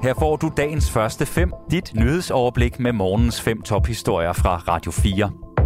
Her får du dagens første 5, dit nyhedsoverblik med morgens 5 tophistorier fra Radio 4.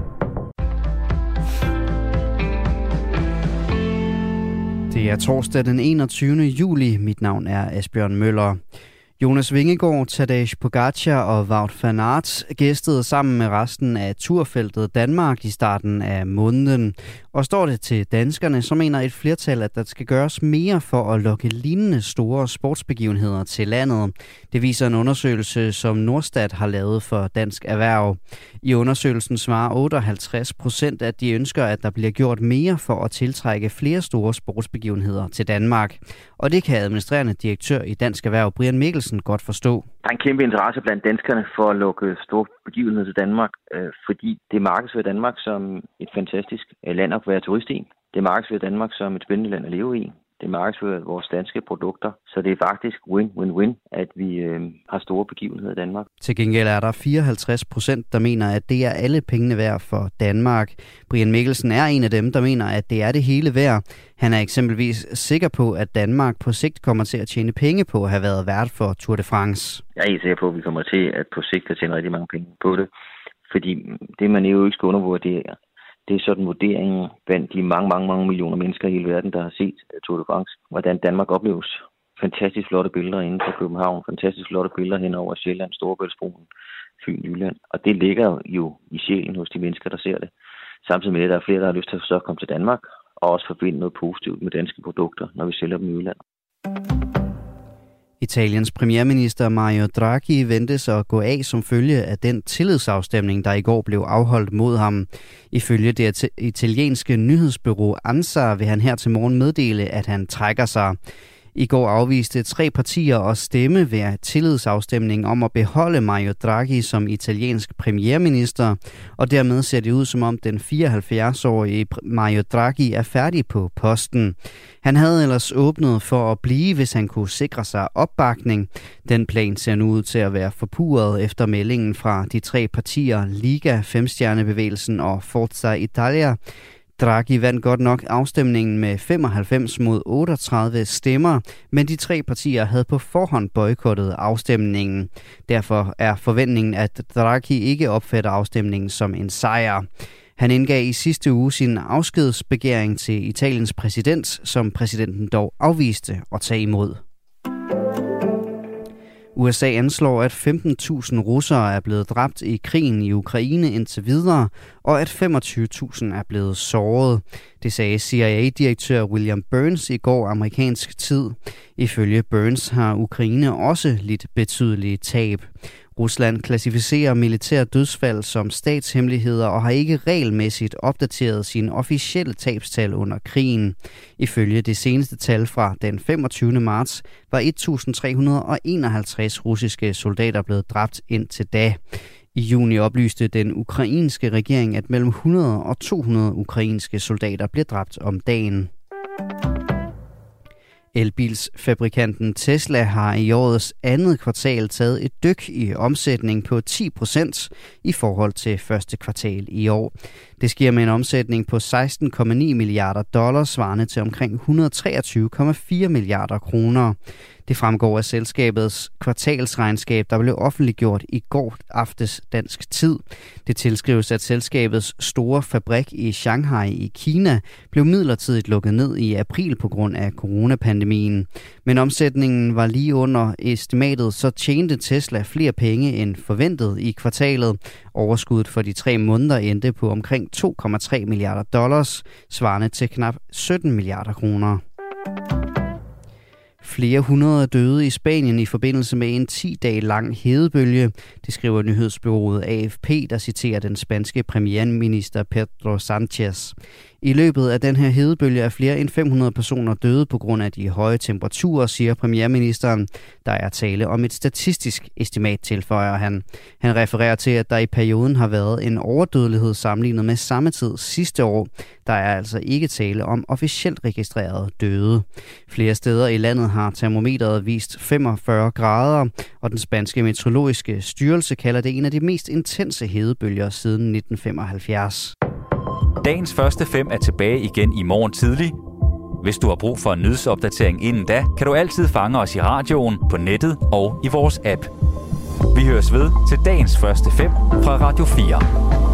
Det er torsdag den 21. juli. Mit navn er Asbjørn Møller. Jonas Vingegaard, Tadej Pogačar og Wout van Aert gæstede sammen med resten af turfeltet Danmark i starten af måneden. Og står det til danskerne, så mener et flertal, at der skal gøres mere for at lokke lignende store sportsbegivenheder til landet. Det viser en undersøgelse, som Norstat har lavet for Dansk Erhverv. I undersøgelsen svarer 58%, at de ønsker, at der bliver gjort mere for at tiltrække flere store sportsbegivenheder til Danmark. Og det kan administrerende direktør i Dansk Erhverv, Brian Mikkelsen, godt forstå. Der er en kæmpe interesse blandt danskerne for at lukke store begivenheder til Danmark, fordi det markedsfører Danmark som et fantastisk land at være turist i. Det markedsfører Danmark som et spændende land at leve i. Det markedsfører vores danske produkter, så det er faktisk win-win-win, at vi har store begivenheder i Danmark. Til gengæld er der 54%, der mener, at det er alle pengene værd for Danmark. Brian Mikkelsen er en af dem, der mener, at det er det hele værd. Han er eksempelvis sikker på, at Danmark på sigt kommer til at tjene penge på at have været vært for Tour de France. Jeg er helt sikker på, at vi kommer til at på sigt at tjene rigtig mange penge på det, fordi det man jo ikke skal undervurdere, det er sådan vurderingen blandt de mange millioner mennesker i hele verden, der har set Tour de France, hvordan Danmark opleves. Fantastisk flotte billeder inde på København, fantastisk flotte billeder hen over Sjælland, Storebæltsbroen, Fyn, Jylland. Og det ligger jo i sjælen hos de mennesker, der ser det. Samtidig med det, der er flere, der har lyst til at så komme til Danmark, og også forbinde noget positivt med danske produkter, når vi sælger dem i udlandet. Italiens premierminister Mario Draghi ventes at gå af som følge af den tillidsafstemning, der i går blev afholdt mod ham. Ifølge det italienske nyhedsbureau ANSA vil han her til morgen meddele, at han trækker sig. I går afviste 3 partier at stemme ved tillidsafstemningen om at beholde Mario Draghi som italiensk premierminister, og dermed ser det ud som om den 74-årige Mario Draghi er færdig på posten. Han havde ellers åbnet for at blive, hvis han kunne sikre sig opbakning. Den plan ser nu ud til at være forpurret efter meldingen fra de 3 partier Liga, Femstjernebevægelsen og Forza Italia. Draghi vandt godt nok afstemningen med 95 mod 38 stemmer, men de 3 partier havde på forhånd boykottet afstemningen. Derfor er forventningen, at Draghi ikke opfatter afstemningen som en sejr. Han indgav i sidste uge sin afskedsbegæring til Italiens præsident, som præsidenten dog afviste at tage imod. USA anslår, at 15.000 russere er blevet dræbt i krigen i Ukraine indtil videre, og at 25.000 er blevet såret. Det sagde CIA-direktør William Burns i går amerikansk tid. Ifølge Burns har Ukraine også lidt betydelige tab. Rusland klassificerer militære dødsfald som statshemmeligheder og har ikke regelmæssigt opdateret sine officielle tabstal under krigen. Ifølge det seneste tal fra den 25. marts var 1.351 russiske soldater blevet dræbt indtil da. I juni oplyste den ukrainske regering, at mellem 100 og 200 ukrainske soldater blev dræbt om dagen. Elbilsfabrikanten Tesla har i årets andet kvartal taget et dyk i omsætning på 10% i forhold til første kvartal i år. Det sker med en omsætning på $16,9 milliarder, svarende til omkring 123,4 milliarder kroner. Det fremgår af selskabets kvartalsregnskab, der blev offentliggjort i går aftes dansk tid. Det tilskrives, at selskabets store fabrik i Shanghai i Kina blev midlertidigt lukket ned i april på grund af coronapandemien. Men omsætningen var lige under estimatet, så tjente Tesla flere penge end forventet i kvartalet. Overskuddet for de 3 måneder endte på omkring $2,3 milliarder, svarende til knap 17 milliarder kroner. Flere hundrede døde i Spanien i forbindelse med en 10-dage lang hedebølge. Det skriver nyhedsbureauet AFP, der citerer den spanske premierminister Pedro Sánchez. I løbet af den her hedebølge er flere end 500 personer døde på grund af de høje temperaturer, siger premierministeren. Der er tale om et statistisk estimat, tilføjer han. Han refererer til, at der i perioden har været en overdødelighed sammenlignet med samme tid sidste år. Der er altså ikke tale om officielt registrerede døde. Flere steder i landet har termometeret vist 45 grader, og den spanske meteorologiske styrelse kalder det en af de mest intense hedebølger siden 1975. Dagens første 5 er tilbage igen i morgen tidlig. Hvis du har brug for en nyhedsopdatering inden da, kan du altid fange os i radioen, på nettet og i vores app. Vi høres ved til dagens første 5 fra Radio 4.